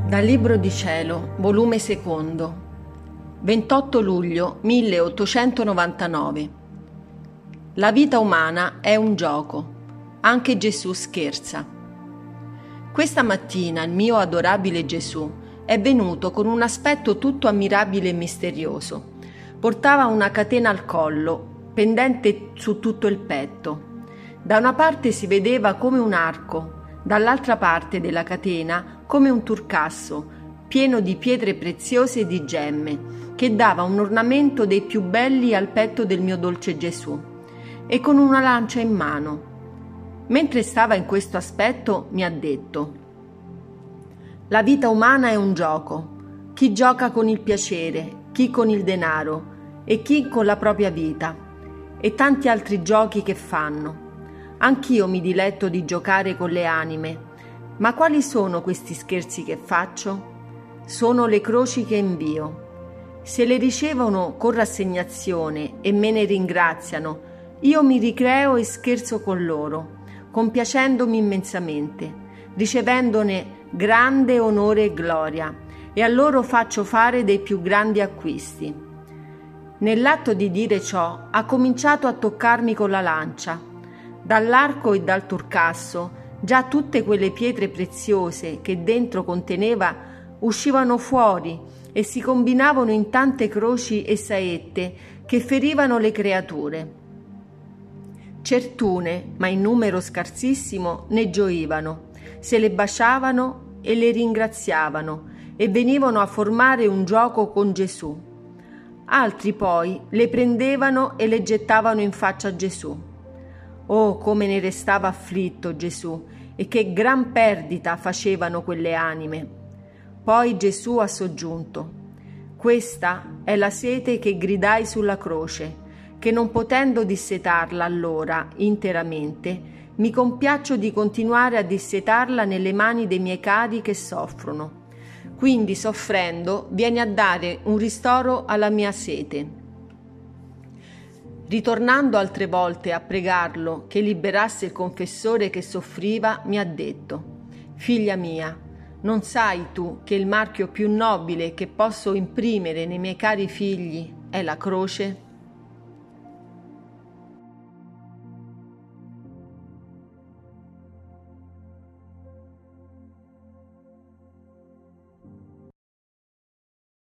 Dal Libro di Cielo, volume secondo, 28 luglio 1899. La vita umana è un gioco, anche Gesù scherza. Questa mattina il mio adorabile Gesù è venuto con un aspetto tutto ammirabile e misterioso. Portava una catena al collo, pendente su tutto il petto. Da una parte si vedeva come un arco, dall'altra parte della catena come un turcasso, pieno di pietre preziose e di gemme, che dava un ornamento dei più belli al petto del mio dolce Gesù, e con una lancia in mano. Mentre stava in questo aspetto, mi ha detto: la vita umana è un gioco. Chi gioca con il piacere, chi con il denaro e chi con la propria vita, e tanti altri giochi che fanno. Anch'io mi diletto di giocare con le anime. Ma quali sono questi scherzi che faccio? Sono le croci che invio. Se le ricevono con rassegnazione e me ne ringraziano, io mi ricreo e scherzo con loro, compiacendomi immensamente, ricevendone grande onore e gloria, e a loro faccio fare dei più grandi acquisti. Nell'atto di dire ciò ha cominciato a toccarmi con la lancia. Dall'arco e dal turcasso già tutte quelle pietre preziose che dentro conteneva uscivano fuori e si combinavano in tante croci e saette che ferivano le creature. Certune, ma in numero scarsissimo, ne gioivano, se le baciavano e le ringraziavano e venivano a formare un gioco con Gesù. Altri poi le prendevano e le gettavano in faccia a Gesù. Oh, come ne restava afflitto Gesù, e che gran perdita facevano quelle anime. Poi Gesù ha soggiunto: questa è la sete che gridai sulla croce, che non potendo dissetarla allora interamente, mi compiaccio di continuare a dissetarla nelle mani dei miei cari che soffrono. Quindi, soffrendo, vieni a dare un ristoro alla mia sete. Ritornando altre volte a pregarlo che liberasse il confessore che soffriva, mi ha detto: figlia mia, non sai tu che il marchio più nobile che posso imprimere nei miei cari figli è la croce?